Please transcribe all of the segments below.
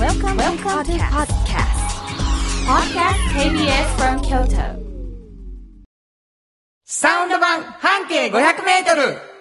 Welcome to podcast. Podcast KBS from Kyoto. サウンド版半径500メートル。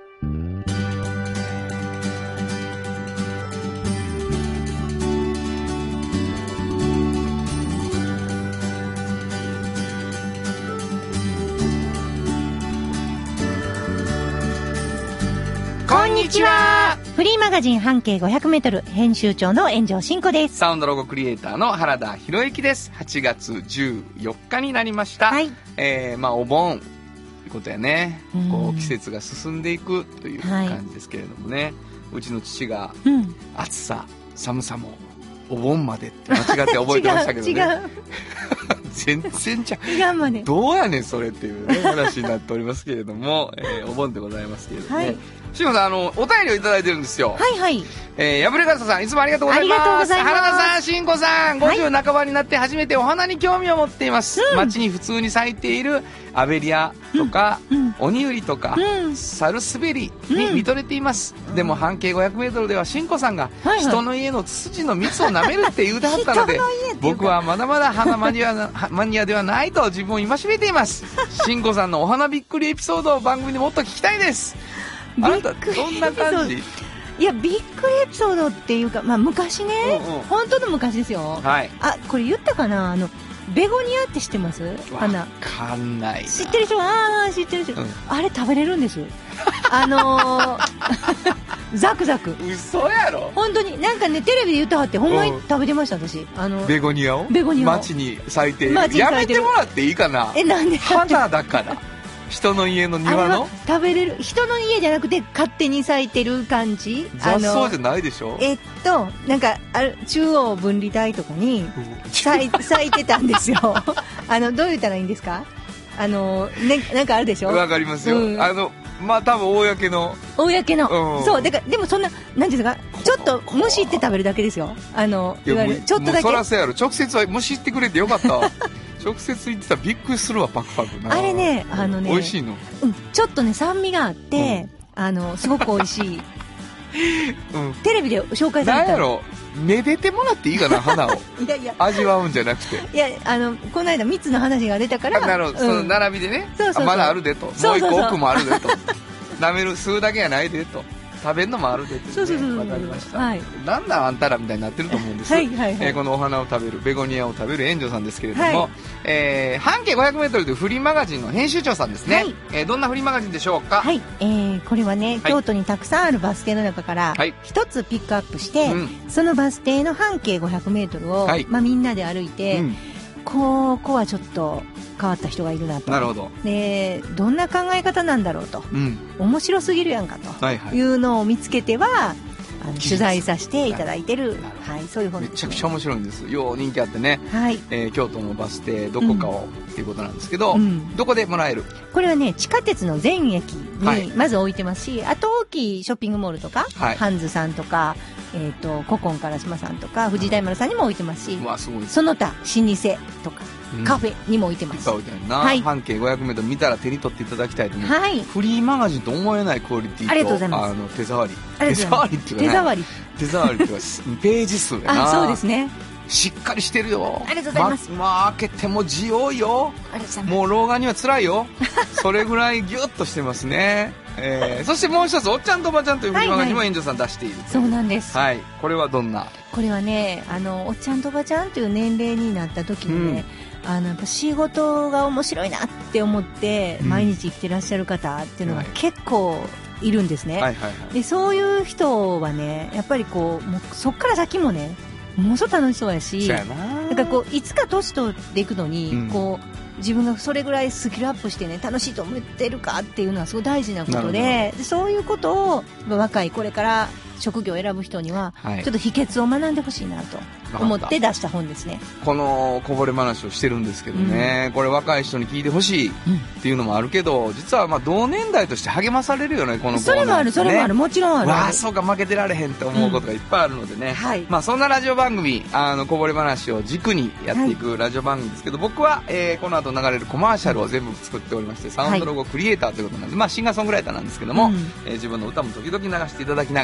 こんにちは。 フリーマガジン半径500メートル編集長の炎上真子です。 サウンドロゴクリエイターの原田博之です。8月14日になりました。 はい。 お盆ということやね。こう季節が進んでいくという感じですけれどもね。はい、うちの父が、暑さ寒さもお盆までって間違って覚えてましたけどね。違う全然ちゃう。どうやねんそれっていう、ね、話になっておりますけれども、お盆でございますけれどもね。はい、しんこさん、お便りをいただいてるんですよ。 はいはい。 やぶれかささん、いつもありがとうございます。ありがとうございます。原田さん、しんこさん、50半ばになって初めてお花に興味を持っています。街に普通に咲いているアベリアとか、オニウリとか、サルスベリに見とれています。でも半径500メートルではしんこさんが人の家のツツジの蜜を舐めるって言うてはったので、僕はまだまだ花マニアではないと自分を戒めています。しんこさんのお花びっくりエピソードを番組でもっと聞きたいです。あなたどんな感じ？ いや、びっくりエピソードっていうか、昔ね、本当の昔ですよ。はい。あ、これ言ったかな、ベゴニアって知ってます？花。 わかんない。 知ってる人知ってる人、あれ食べれるんです。ザクザク。 嘘やろ？ 本当になんかね、テレビで言ったはってほんまに食べてました私。 ベゴニアを？ ベゴニアを街に咲いてる。やめてもらっていいかな？ なんで？ 花だから。人の家の庭の食べれる、人の家じゃなくて勝手に咲いてる感じ。 雑草じゃないでしょ。 なんか中央分離帯とかに咲いてたんですよ。どう言ったらいいんですか？なんかあるでしょ。 わかりますよ。多分公の、 そうだから、でもそんななんていうか、ちょっと蒸しって食べるだけですよ。いわゆるちょっとだけ。 そらそうやろ。直接は蒸しってくれてよかったわ。直接言ってたらびっくりするわ。パクパクな。 あれね、 美味しいの？ ちょっとね、酸味があって、すごく美味しい。テレビで紹介された。 なんやろ、めでてもらっていいかな、花を。いやいや、味わうんじゃなくて。 いや、この間蜜の話が出たから。 なるほど、その並びでね。まだあるでと。もう一個奥もあるでと。舐める、吸うだけやないでと。食べるのもあるでって、ね、わかりました。はい、なんだあんたらみたいになってると思うんです。このお花を食べる、ベゴニアを食べる炎上さんですけれども、半径500メートルというフリーマガジンの編集長さんですね。どんなフリーマガジンでしょうか？ はい、これはね、京都にたくさんあるバス停の中から一つピックアップして、そのバス停の半径500メートルを、みんなで歩いて、ここはちょっと変わった人がいるなと。 なるほど。 で、どんな考え方なんだろうと、面白すぎるやんかというのを見つけては、取材させていただいてる、そういう本です、ね。めちゃくちゃ面白いんです。よう人気あってね、京都のバス停どこかを、っていうことなんですけど、どこでもらえる？ これはね、地下鉄の全駅にまず置いてますし、あと大きいショッピングモールとか、ハンズさんとか、古今烏丸さんとか藤井大丸さんにも置いてますし、その他老舗とかカフェにも置いてます。 いっぱい置いてあるな。半径500メートル見たら手に取っていただきたいと思います。フリーマガジンと思えないクオリティと、 ありがとうございます。 手触りっていうか、手触りっていうかページ数やな。 そうですね。 しっかりしてるよ。 ありがとうございます。 開けても字多いよ。もう老眼には辛いよ。それぐらいギュッとしてますね。そしてもう一つ、おっちゃんとおばちゃんというフリーマガジンも炎上さん出している。 そうなんです。 はい。これはどんな？ これはね、おっちゃんとおばちゃんという年齢になった時にね、やっぱ仕事が面白いなって思って毎日生きてらっしゃる方っていうのが結構いるんですね。で、そういう人はね、やっぱりもうそっから先もね、ものすごく楽しそうやし、だからいつか年取っていくのに、自分がそれぐらいスキルアップしてね、楽しいと思ってるかっていうのはすごい大事なことで、そういうことを若いこれから職業を選ぶ人には、ちょっと秘訣を学んでほしいなと思って出した本ですね。 このこぼれ話をしてるんですけどね、これ若い人に聞いてほしいっていうのもあるけど、実は同年代として励まされるよね、このコーナー、ね、 それもある、それもある、もちろんある。 わあ、そうか、負けてられへんって思うことがいっぱいあるのでね、そんなラジオ番組、こぼれ話を軸にやっていくラジオ番組ですけど、僕は、この後流れるコマーシャルを全部作っておりまして、サウンドロゴクリエイターということなんで、シンガーソングライターなんですけども、自分の歌も時々流していただきながらという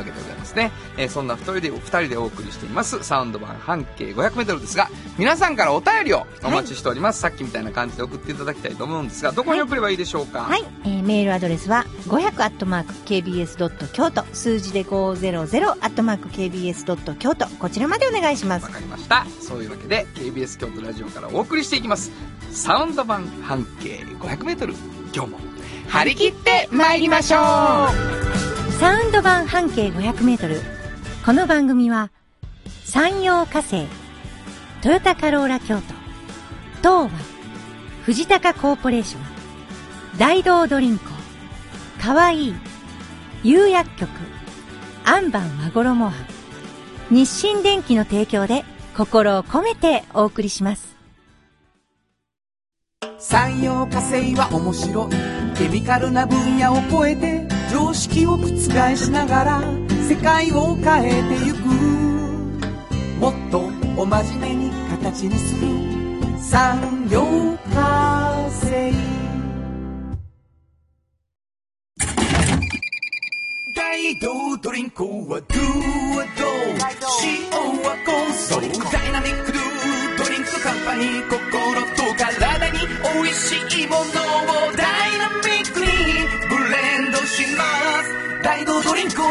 わけでございますね。そんな二人でお送りしていますサウンド版半径 500m ですが、皆さんからお便りをお待ちしております。さっきみたいな感じで送っていただきたいと思うんですが、どこに送ればいいでしょうか？ はい、メールアドレスは 500@kbs.kyoto 数字で 500@kbs.kyoto こちらまでお願いします。 わかりました。そういうわけで KBS 京都ラジオからお送りしていきますサウンド版半径 500m、 今日も張り切って参りましょう。 サウンド版半径 500m、 この番組は山陽火星、トヨタカローラ京都、東和、藤高コーポレーション、大道ドリンク、かわいい、釉薬局、アンバン和衣庵、日清電機の提供で心を込めてお送りします。 産業化成は面白い。ケミカルな分野を超えて常識を覆しながら世界を変えてゆく。もっとお真面目に形にする産業化成。大道ドリンクはドゥはド塩はコンソーダイナミックドゥドリンクカンパニー、心と体に美味しいものをダイナミックにブレンドします。大道ドリンク。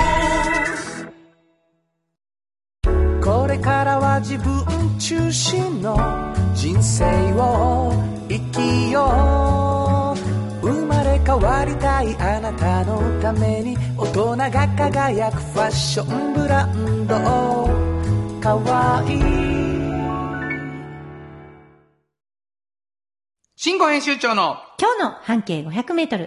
これからは自分中心の人生を生きよう。生まれ変わりたいあなたのために大人が輝くファッションブランド、かわいい。 新語編集長の今日の半径 500m。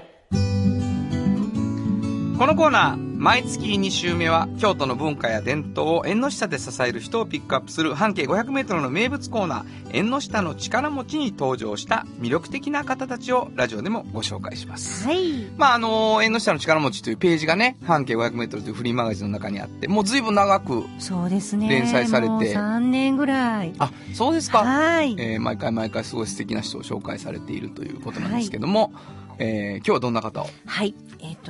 このコーナー、毎月2週目は京都の文化や伝統を縁の下で支える人をピックアップする半径 500m の名物コーナー、縁の下の力持ちに登場した魅力的な方たちをラジオでもご紹介します。 はい。 まあ縁の下の力持ちというページがね、半径 500m というフリーマガジンの中にあって、もう随分長くそうですね、 連載されて、 もう3年ぐらい。 あ、そうですか。 はい、 毎回すごい素敵な人を紹介されているということなんですけども、今日はどんな方を？ はい、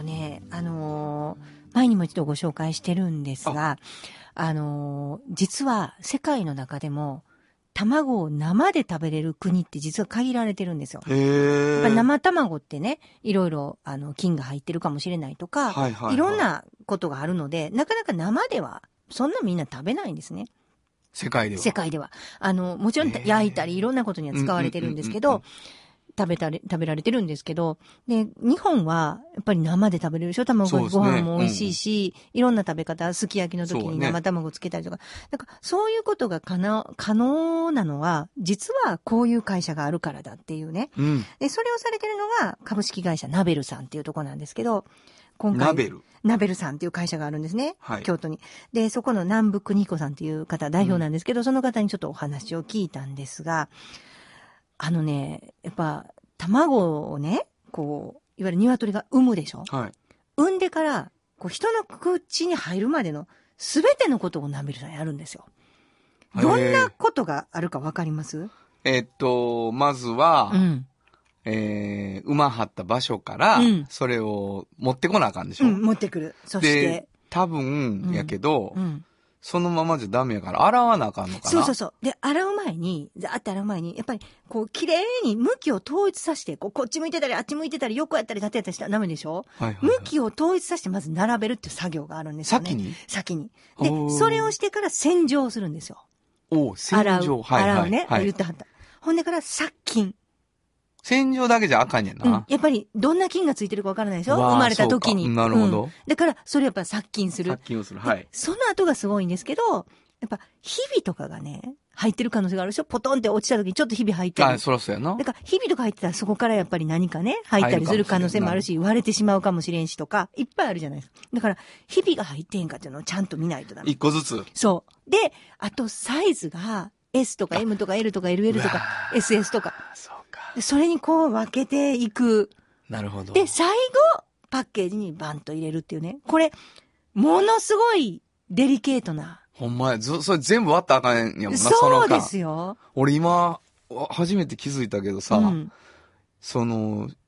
前にも一度ご紹介してるんですが、実は世界の中でも卵を生で食べれる国って実は限られてるんですよ。やっぱり生卵ってね、いろいろ菌が入ってるかもしれないとか、いろんなことがあるので、なかなか生ではそんなみんな食べないんですね。 世界では。 もちろん焼いたりいろんなことには使われてるんですけど、食べられてるんですけど、で、日本はやっぱり生で食べれるでしょ。卵ご飯も美味しいし、いろんな食べ方、すき焼きの時に生卵つけたりとか、なんかそういうことが可能なのは、実はこういう会社があるからだっていうね。で、それをされてるのが株式会社ナベルさんっていうところなんですけど、今回ナベルさんっていう会社があるんですね、京都に。で、そこの南部邦彦さんっていう方、代表なんですけど、その方にちょっとお話を聞いたんですが、やっぱ、卵をね、こう、いわゆる鶏が産むでしょ？産んでから、人の口に入るまでのすべてのことをナベルさんやるんですよ。どんなことがあるかわかります？ まずは、産まはった場所から、それを持ってこなあかんでしょ？ 持ってくる。そして。 多分、やけど、そのままじゃダメやから洗わなあかんのかな。 そう。で、洗う前に、やっぱり、綺麗に向きを統一させて、こっち向いてたり、あっち向いてたり、横やったり、縦やったりしたらダメでしょ？向きを統一させて、まず並べるっていう作業があるんですよね。先に。で、それをしてから洗浄するんですよ。 洗浄。 洗うね。言ってはった。ほんでから殺菌。 洗浄だけじゃあかんやな。 やっぱり、どんな菌がついてるかわからないでしょ？生まれた時に。 なるほど。 だから、それやっぱ殺菌する。 殺菌をする。 その後がすごいんですけど、やっぱ、ひびとかがね、入ってる可能性があるでしょ？ポトンって落ちた時にちょっとひび入ったり。 そらそうやな。 だから、ひびとか入ってたらそこからやっぱり何かね、入ったりする可能性もあるし、割れてしまうかもしれんしとか、いっぱいあるじゃないですか。だから、ひびが入ってへんかっていうのをちゃんと見ないとダメ。 一個ずつ。 そう。で、あと、サイズが、S とか M とか L とか LL とか SS とか。それに分けていく。 なるほど。 で、最後、パッケージにバンと入れるっていうね。これ、ものすごいデリケートな。 ほんまや。それ全部割ったらあかんやもんな、 そうですよ。 俺今、初めて気づいたけどさ、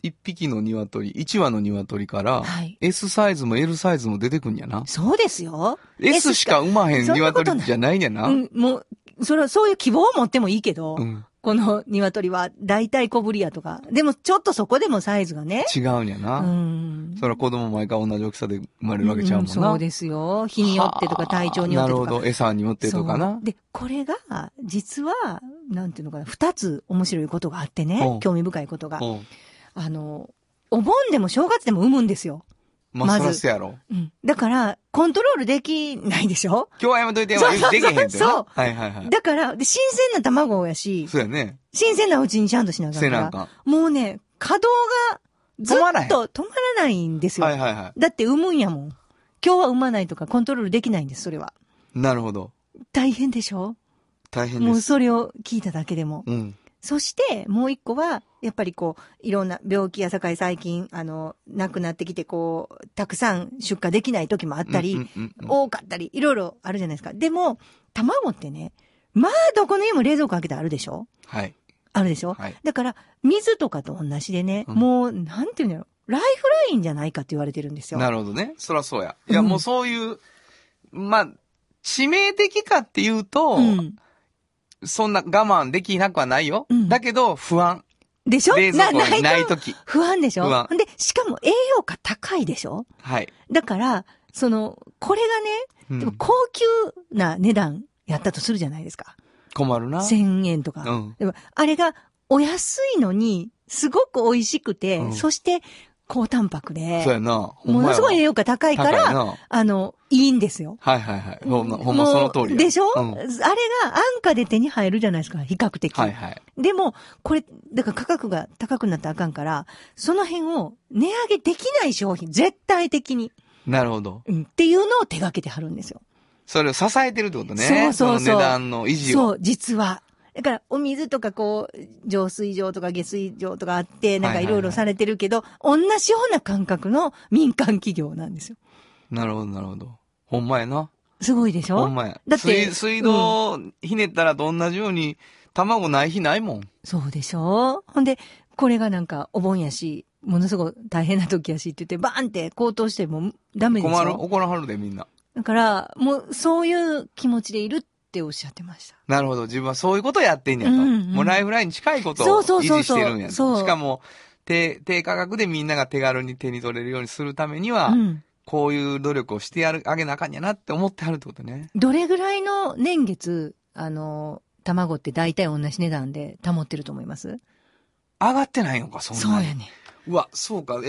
1匹の鶏、1羽の鶏から、 はい、 S サイズも L サイズも出てくんやな。 そうですよ。 S しか産まへん鶏じゃないんやな。 もう、そういう希望を持ってもいいけど、 うんこの鶏は大体小ぶりやとか。でもちょっとそこでもサイズがね。 違うんやな。それは子供毎回同じ大きさで生まれるわけちゃうもんな。 そうですよ。日によってとか体調によってとか。 なるほど。餌によってとかな。 で、これが、実は、なんていうのかな、2つ面白いことがあってね。興味深いことが。お盆でも正月でも産むんですよ。 まず。そうやろ。 うん。だから、コントロールできないでしょ？ 今日はやめといてよ。できへんってな。 そう。 はいはいはい。 だから、新鮮な卵やし。 そうやね。 新鮮なうちにちゃんとしながら。 せなあかん。もうね、稼働がずっと止まらないんですよ。 はいはいはい。 だって産むんやもん。今日は産まないとかコントロールできないんです、それは。 なるほど。 大変でしょ？ 大変です。 もうそれを聞いただけでも。 うん。 そして、もう一個は、やっぱりいろんな病気や最近、亡くなってきてたくさん出荷できない時もあったり、多かったり、いろいろあるじゃないですか。でも、卵ってね、まあ、どこの家も冷蔵庫開けてあるでしょ？はい。あるでしょ？はい。だから、水とかと同じでね、もう、なんていうんだろう、ライフラインじゃないかって言われてるんですよ。 なるほどね。そらそうや。いや、もうそういう、まあ、致命的かっていうと、そんな我慢できなくはないよ。だけど、不安。 でしょ？ 冷蔵庫にないとき。 不安でしょ？ 不安。 で、しかも栄養価高いでしょ？はい。だから、これがね、でも高級な値段やったとするじゃないですか。困るな。1000円とか。でも、あれがお安いのに、すごく美味しくて、そして、高タンパクで。そうやな。ものすごい栄養価高いから、いいんですよ。はいはいはい。ほんまその通り。でしょ？あれが安価で手に入るじゃないですか、比較的。はいはい。でも、これ、だから価格が高くなったらあかんから、その辺を値上げできない商品、絶対的に。なるほど。っていうのを手掛けてはるんですよ。それを支えてるってことね。そうそうそう。その値段の維持を。そう、実は。だから、お水とか浄水場とか下水場とかあって、なんかいろいろされてるけど、同じような感覚の民間企業なんですよ。なるほど、なるほど。ほんまやな。すごいでしょ？ほんまや。だって、水道ひねったらと同じように、卵ない日ないもん。そうでしょ？ほんで、これがなんかお盆やし、ものすごい大変な時やしって言って、バーンって高騰してもダメでしょ？困る、怒らはるでみんな。だから、もうそういう気持ちでいるっておっしゃってました。なるほど。自分はそういうことをやってんやと。もうライフラインに近いことを維持してるんやと。しかも、低価格でみんなが手軽に手に取れるようにするためには、こういう努力をしてあげなあかんやなって思ってはるってことね。どれぐらいの年月、卵って大体同じ値段で保ってると思います？上がってないのか、そんなに。そうやね。うわ、そうか、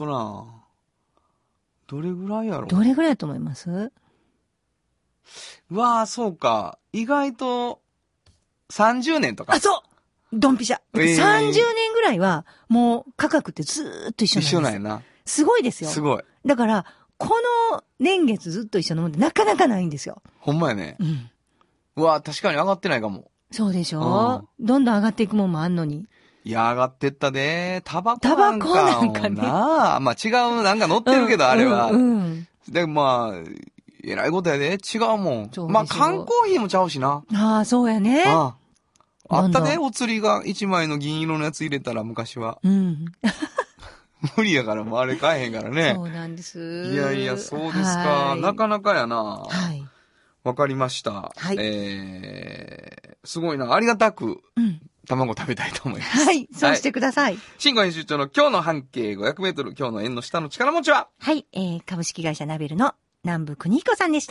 どれぐらいやろ？どれぐらいだと思います？うわぁ、そうか。意外と、30年とか。あ、そうドンピシャ。30年ぐらいは、もう価格ってずーっと一緒なんです。一緒なんやな。すごいですよ。すごい。だから、この年月ずっと一緒のもんってなかなかないんですよ。ほんまやね。うわぁ、確かに上がってないかも。そうでしょ？どんどん上がっていくもんもあんのに。いや、上がってったで。タバコなんかね。まあ違う、なんか乗ってるけど、あれは。で、まあ、えらいことやで。違うもん。まあ、缶コーヒーもちゃうしな。ああ、そうやね。あったで、お釣りが1枚の銀色のやつ入れたら、昔は。無理やから、もうあれ買えへんからね。そうなんです。いやいや、そうですか。なかなかやな。はい。わかりました。はい。すごいな。ありがたく。卵食べたいと思います。はい、そうしてください。新語編集長の今日の半径500メートル、今日の縁の下の力持ちは？はい、株式会社ナベルの南部邦彦さんでした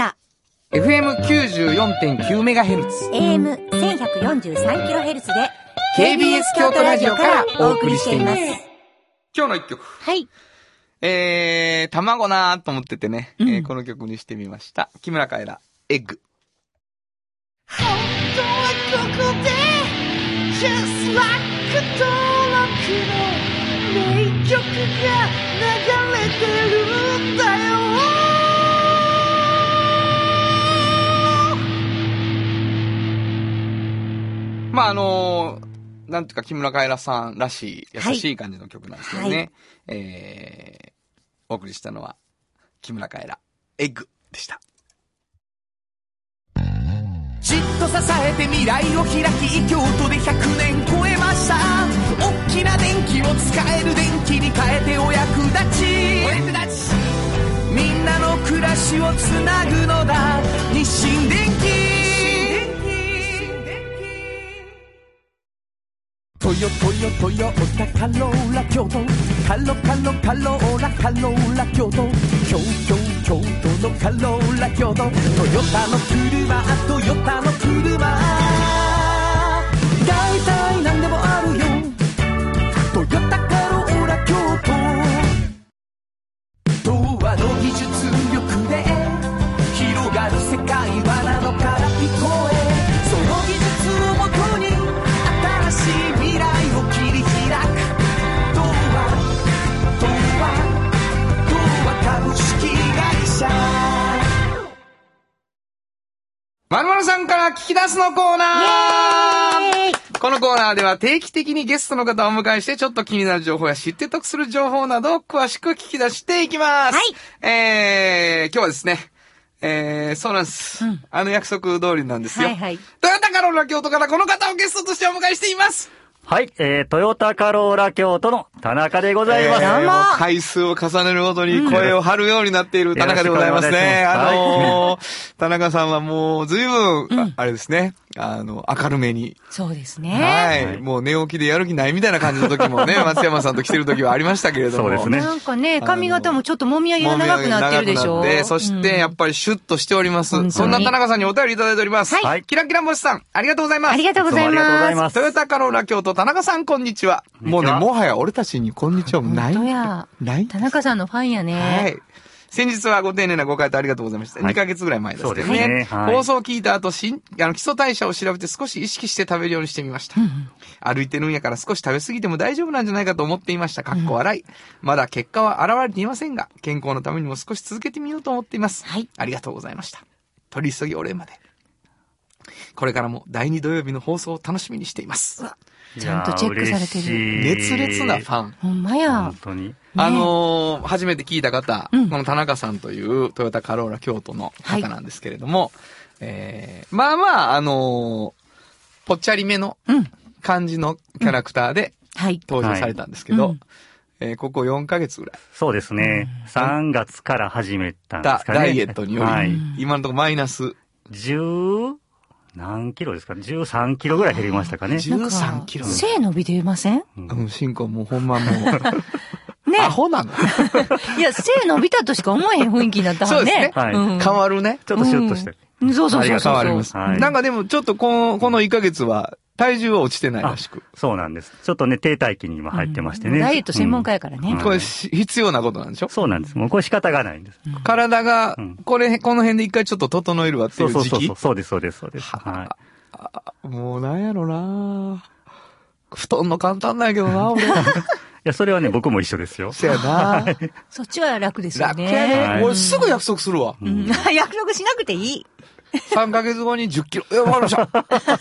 。FM94.9MHz。AM1143kHz で、KBS 京都ラジオからお送りしています。今日の一曲。はい。卵なーと思っててね、この曲にしてみました。木村カエラ、エッグ。本当はここでJust like 登録の名曲が流れてるんだよ。まあなんていうか木村カエラさんらしい優しい感じの曲なんですけどね。はい、お送りしたのは木村カエラエッグでした。 じっと支えて未来を開き、京都で100年超えました。大きな電気を使える電気に変えてお役立ち、みんなの暮らしをつなぐのだ、日清電気。トヨタカローラ京都、カローラ京都、京都のカローラ京都、トヨタの車、大体何でもあるよ、トヨタカローラ京都。童話の技術力で広がる世界はなのから聞こえ、その技術をもとに新しい未来を切り開く、童話株式会社。 まるまるさんから聞き出すのコーナー。このコーナーでは定期的にゲストの方をお迎えして、ちょっと気になる情報や知って得する情報などを詳しく聞き出していきます。はい。今日はですね、そうなんです。約束通りなんですよ。はいはい。トヨタカローラ京都からこの方をゲストとしてお迎えしています。 はい、トヨタカローラ京都の田中でございます。 もう回数を重ねるごとに声を張るようになっている田中でございますね。田中さんはもう随分、あれですね、明るめに。 そうですね。 はい。もう寝起きでやる気ないみたいな感じの時もね、松山さんと来てる時はありましたけれども。 そうですね。 なんかね、髪型もちょっともみあげが長くなってるでしょ。 そしてやっぱりシュッとしております。そんな田中さんにお便りいただいております。はい。キラキラ星さん、ありがとうございます。 ありがとうございます。 トヨタカローラ京都田中さん、こんにちは。もうね、もはや俺たちにこんにちはもない。 ない。田中さんのファンやね。 はい。先日はご丁寧なご回答ありがとうございました。2ヶ月ぐらい前ですけどね。放送を聞いた後、基礎代謝を調べて少し意識して食べるようにしてみました。歩いてるんやから少し食べ過ぎても大丈夫なんじゃないかと思っていました。かっこ笑い。まだ結果は現れていませんが、健康のためにも少し続けてみようと思っています。はい。ありがとうございました。取り急ぎお礼まで。これからも第2土曜日の放送を楽しみにしています。 ちゃんとチェックされてる。 熱烈なファン。 ほんまや。 本当に。 初めて聞いた方、この田中さんというトヨタカローラ京都の方なんですけれども、まあまあ、ぽっちゃりめの感じのキャラクターで登場されたんですけど、ここ4ヶ月ぐらい。 そうですね。3月から始めたんですかね。 ダイエットにより、今のところマイナス。 何キロですかね ?13 キロぐらい減りましたかね。 13キロ。 背伸びてません？ 進行もうほんまもう。ね。アホなのいや、背伸びたとしか思えへん雰囲気になったもんね。 そうですね。はい。変わるね。 ちょっとシュッとして。 そう。変わります。なんかでもちょっとこの1ヶ月は、体重は落ちてないらしく。 そうなんです。ちょっとね、停滞期に今入ってましてね。 ダイエット専門家やからね。 これ必要なことなんでしょ？ そうなんです。もうこれ仕方がないんです。 体が、この辺で一回ちょっと整えるわっていう時期。 そうです。はい。 もうなんやろな布団の簡単なんやけどな、俺。いや、それはね、僕も一緒ですよ。 そうやなそっちは楽ですよね。 楽やね。俺すぐ約束するわ。 約束しなくていい。 3ヶ月後に10キロ。わかりました。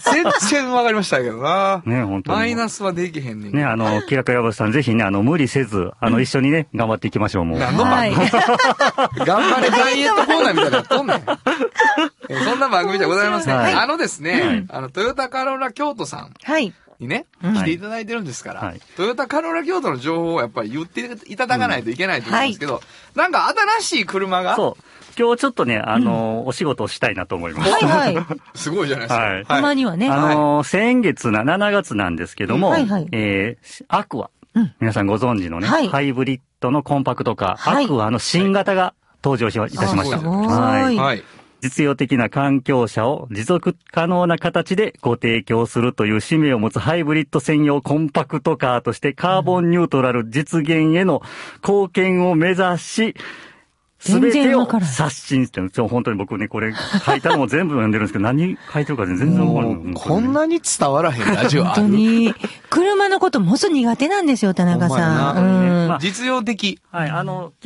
全然わかりましたけどな。 ね、本当に。 マイナスはできへんねん。 ね、キラキラ星さん、ぜひね、無理せず、一緒にね、頑張っていきましょう、もう。 何の番組頑張れダイエットコーナーみたいなとんねん。そんな番組じゃございません。ですね、トヨタカローラ京都さん。はい。にね、来ていただいてるんですから、トヨタカローラ京都の情報をやっぱり言っていただかないといけないと思うんですけど、なんか新しい車が。 そう。今日ちょっとね、お仕事をしたいなと思います。 はいはい。 すごいじゃないですか。はい。 たまにはね。 先月7月なんですけども、アクア。皆さんご存知のね、ハイブリッドのコンパクトカー、アクアの新型が登場いたしました。はい。実用的な環境車を持続可能な形でご提供するという使命を持つハイブリッド専用コンパクトカーとしてカーボンニュートラル実現への貢献を目指し、すべてを刷新してるんですよ。本当に僕ね、これ書いたのも全部読んでるんですけど、何書いてるか全然わかんない。 こんなに伝わらへんラジオある。 本当に。車のこともっと苦手なんですよ、田中さん。 実用的。 はい、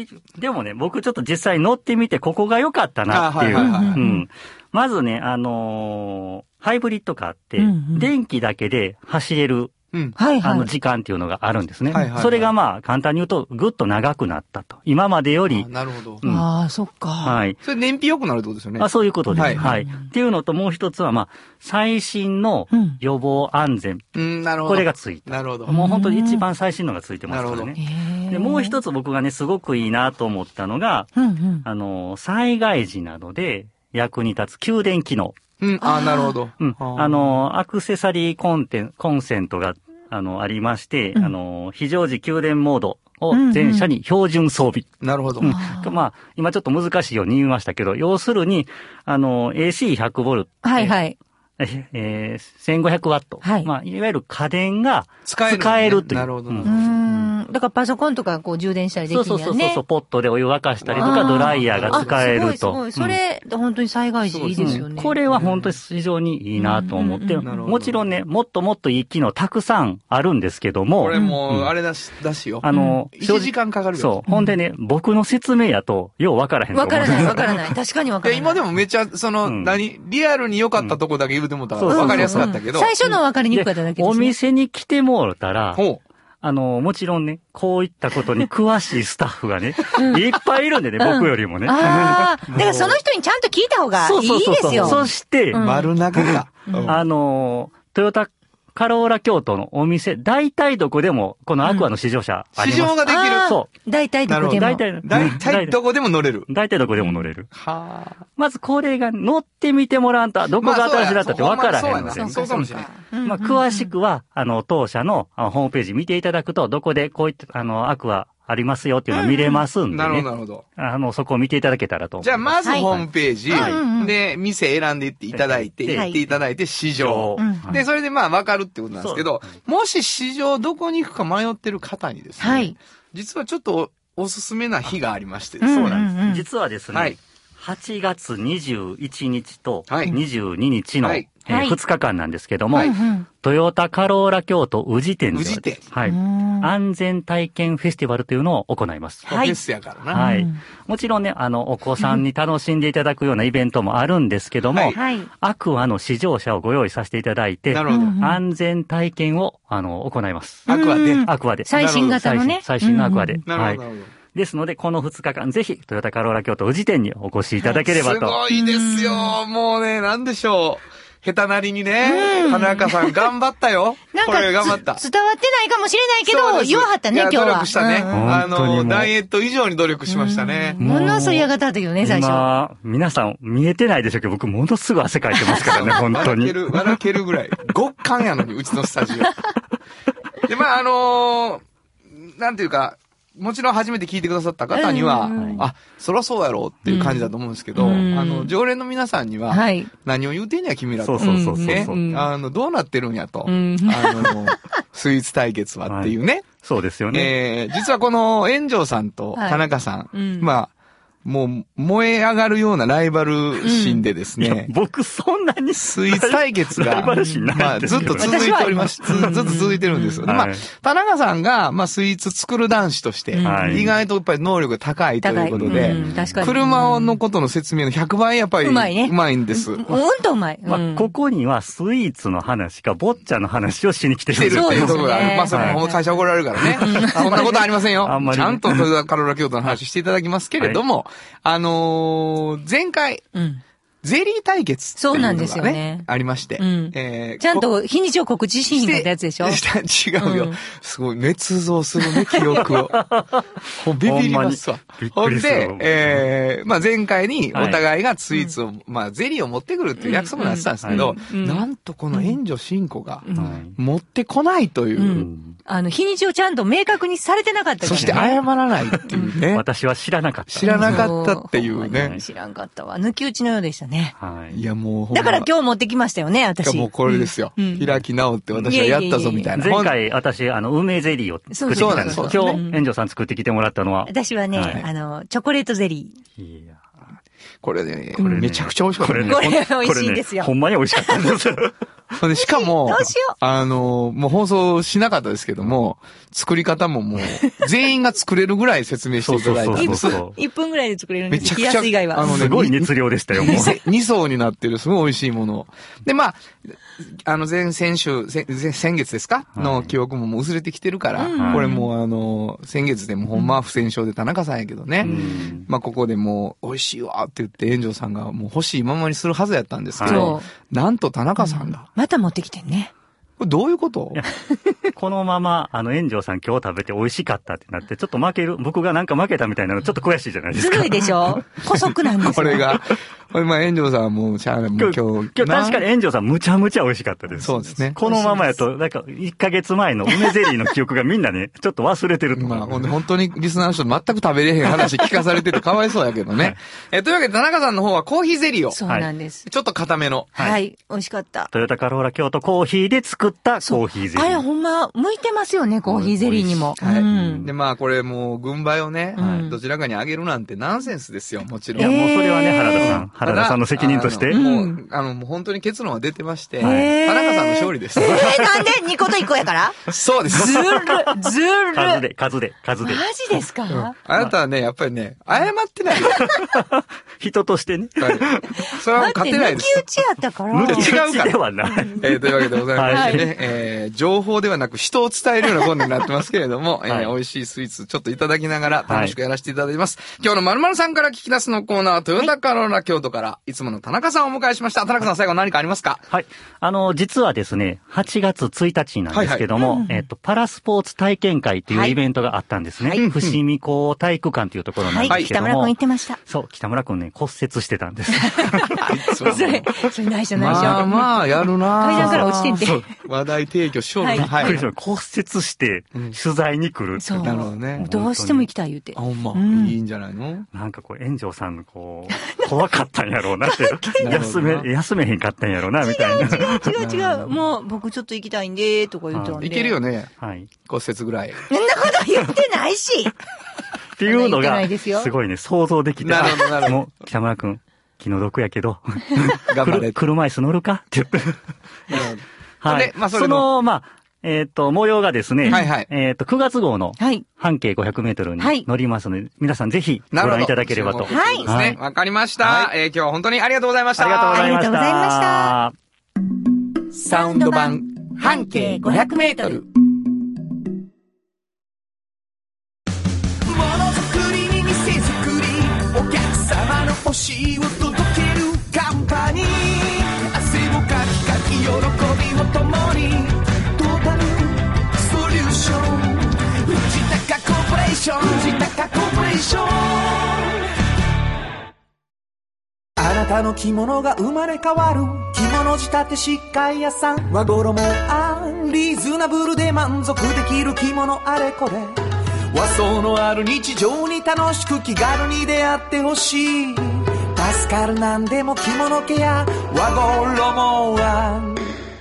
でもね、僕ちょっと実際乗ってみて、ここが良かったなっていう。まずね、ハイブリッドカーって、電気だけで走れる時間っていうのがあるんですね。それがまあ、簡単に言うと、ぐっと長くなったと。今までより。 なるほど。 ああ、そっか。 はい。それ燃費良くなるってことですよね。 そういうことです。はい。っていうのと、もう一つは、まあ、最新の予防安全。 なるほど。 これがついた。 なるほど。 もう本当に一番最新のがついてますからね。で、もう一つ僕がね、すごくいいなと思ったのが、災害時などで役に立つ給電機能。 なるほど。 アクセサリーコンセントが、ありまして、非常時給電モードを全車に標準装備。 なるほど。 まあ、今ちょっと難しいように言いましたけど、要するに、AC100 ボルト。 はいはい。 1500ワット。はい。まあ、いわゆる家電が使えるという。 なるほど。 だからパソコンとかこう充電したりできるんだよね。 そう、ポットでお湯沸かしたりとか、ドライヤーが使えると。 すごい。それ、本当に災害時いいですよね。 これは本当に非常にいいなと思って、もちろんね、もっともっといい機能たくさんあるんですけども。 これも、あれだしよ。1時間かかるよ。 そう。ほんでね、僕の説明やと、よう分からへんと思う。 分からない。確かに分からない。 今でもめっちゃ、リアルに良かったとこだけ言うてもたから分かりやすかったけど。 最初の分かりにくかっただけですね。 お店に来てもらったら、もちろんね、こういったことに詳しいスタッフがね、いっぱいいるんでね、僕よりもね。 だからその人にちゃんと聞いた方がいいですよ。 そして、 丸中が。 トヨタカローラ京都のお店、大体どこでも、このアクアの試乗車あります。 試乗ができる。 そう。 大体どこでも。 大体どこでも乗れる。 大体どこでも乗れる。まずこれが乗ってみてもらうと、どこが新しいだったって分からへんので。 そうかもしれない。 詳しくは、当社のホームページ見ていただくと、どこでこういった、アクア、ありますよっていうのを見れますんでね。 なるほど。 そこを見ていただけたらと。 じゃあ、まずホームページで、店選んでいっていただいて、行っていただいて、市場。で、それでまあ、わかるってことなんですけど、もし市場どこに行くか迷ってる方にですね、実はちょっとおすすめな日がありましてですね。 そうなんです。実はですね、8月21日と22日の2日間なんですけども、トヨタカローラ京都宇治店で安全体験フェスティバルというのを行います。 フェスやからな。 はい。もちろんね、お子さんに楽しんでいただくようなイベントもあるんですけども、アクアの試乗車をご用意させていただいて、安全体験を行います。 アクアで。 最新型のね。 最新のアクアで。 なるほど。 ですので、この2日間、ぜひ、トヨタカローラ京都宇治店にお越しいただければと。 すごいですよ。もうね、なんでしょう。下手なりにね、田中さん頑張ったよ。これ頑張った。 伝わってないかもしれないけど、言わはったね、今日は。 努力したね。ダイエット以上に努力しましたね。 ものすごい嫌がったよね、最初。 皆さん見えてないでしょうけど、僕ものすごい汗かいてますからね、本当に。 笑けるぐらい。極寒やのに、うちのスタジオ。で、まあ、なんていうか、もちろん初めて聞いてくださった方には、そらそうやろっていう感じだと思うんですけど、常連の皆さんには、何を言うてんや君らと。どうなってるんやと。スイーツ対決はっていうね。 そうですよね。 実はこの炎上さんと田中さん、まあ、もう燃え上がるようなライバル心でですね。 僕そんなにスイーツ対決が、まあずっと続いております。ずっと続いてるんですよ。まあ、田中さんが、まあスイーツ作る男子として、意外とやっぱり能力が高いということで、車のことの説明の100倍やっぱりうまいんです。 うんとうまい。 まあここにはスイーツの話かボッチャの話をしに来てるっていうところがある。まあそれも会社怒られるからね。そんなことありませんよ。ちゃんとトヨタカローラ京都の話していただきますけれども、前回、ゼリー対決っていうのがね。そうなんですよね。ありまして。 ちゃんと日にちを告知しひんかったやつでしょ？ 違うよ。すごい、捏造するね、記憶を。もうビビりますわ。ほんで、まあ前回にお互いがスイーツを、まあゼリーを持ってくるっていう約束になってたんですけど、なんとこの援助進行が持ってこないという。 日にちをちゃんと明確にされてなかったからね。 そして謝らないっていうね。 私は知らなかった。 知らなかったっていうね。 知らんかったわ。抜き打ちのようでしたね。 いやもうだから今日持ってきましたよね、私。 もうこれですよ。開き直って私はやったぞみたいな。 前回私、梅ゼリーを作ってきたんです。今日、援助さん作ってきてもらったのは。 私はね、チョコレートゼリー。 いやこれね、めちゃくちゃ美味しかったね。 これ美味しいんですよ。 ほんまに美味しかったんです。 で、しかも、 どうしよもう放送しなかったですけども、作り方ももう、全員が作れるぐらい説明していただいたんです。 1分ぐらいで作れるんです。 めちゃくちゃ、 以外は。 すごい熱量でしたよ、もう。 2層になってる、すごい美味しいもの。で、まあ、先月ですかの記憶ももう薄れてきてるから、これも先月でもほんまは不戦勝で田中さんやけどね。まあ、ここでもう、美味しいわって言って、炎上さんがもう欲しいままにするはずやったんですけど、なんと田中さんが。 また持ってきてんね。 これどういうことこのまま、炎上さん今日食べて美味しかったってなって、ちょっと僕がなんか負けたみたいなのちょっと悔しいじゃないですか。 ずるいでしょ姑息なんですよ。 これが。まあ、炎上さんはもう、今日確かに炎上さんむちゃむちゃ美味しかったです。 そうですね。 このままやと、なんか、1ヶ月前の梅ゼリーの記憶がみんなね、ちょっと忘れてると思う。 まあ、本当にリスナーの人全く食べれへん話聞かされててかわいそうやけどね。というわけで、田中さんの方はコーヒーゼリーを。 そうなんです。 ちょっと固めの。 はい。美味しかった。 トヨタカローラ京都コーヒーで作ったコーヒーゼリー。 あれほんま、向いてますよね、コーヒーゼリーにも。 はい。で、まあ、これもう、軍配をね、どちらかにあげるなんてナンセンスですよ、もちろん。 いや、もうそれはね、原田さんの責任として。 もう本当に結論は出てまして、田中さんの勝利です。 なんで2個と1個やからそうです。 ずる数で。 マジですかあなたはね、やっぱりね、謝ってないよ。 人としてね。 それは勝てないです。 抜き打ちやったから。 抜き打ちではない。 というわけでございましてね、情報ではなく人を伝えるようなコーナーになってますけれども、美味しいスイーツちょっといただきながら楽しくやらせていただきます。今日の〇〇さんから聞き出すのコーナーは、トヨタカローラ京都から、いつもの田中さんをお迎えしました。田中さん、最後何かありますか？ はい。実はですね、8月1日なんですけども、パラスポーツ体験会というイベントがあったんですね。伏見港体育館というところなんですけども。 北村くん言ってました。 そう、北村くんね、骨折してたんです。 それ内緒。 まあ、やるな階段から落ちてんて。 話題提供しような。 はい。骨折して、取材に来る。 そう。 なるほどね。 どうしても行きたい言うて。 あ、ほんま。いいんじゃないの？ なんか炎上さんの怖かったんやろうなって。休めへんかったんやろうな、みたいな。 違う。もう、僕ちょっと行きたいんで、とか言ってたんで。 いけるよね。 はい。 骨折ぐらい。 そんなこと言ってないし。 っていうのが、すごいね、想像できて。 なるほど。 もう、北村くん、気の毒やけど、 頑張れ。 車椅子乗るかって言って。はい。その、模様がですね、9月号の半径500メートルに乗りますので、皆さんぜひご覧いただければと。 はい。わかりました。今日は本当にありがとうございました。 ありがとうございました。 ありがとうございました。サウンド版半径500メートル。ものづくりに店づくり、お客様の欲しいを届けるカンパニー。汗をかきかき喜びを共に。あなたの着物が生まれ変わる着物仕立て疾患屋さんは衣リーズナブルで満足できる着物あれこれ和装のある日常に楽しく気軽に出会ってほしい助かるなんでも着物ケア和衣は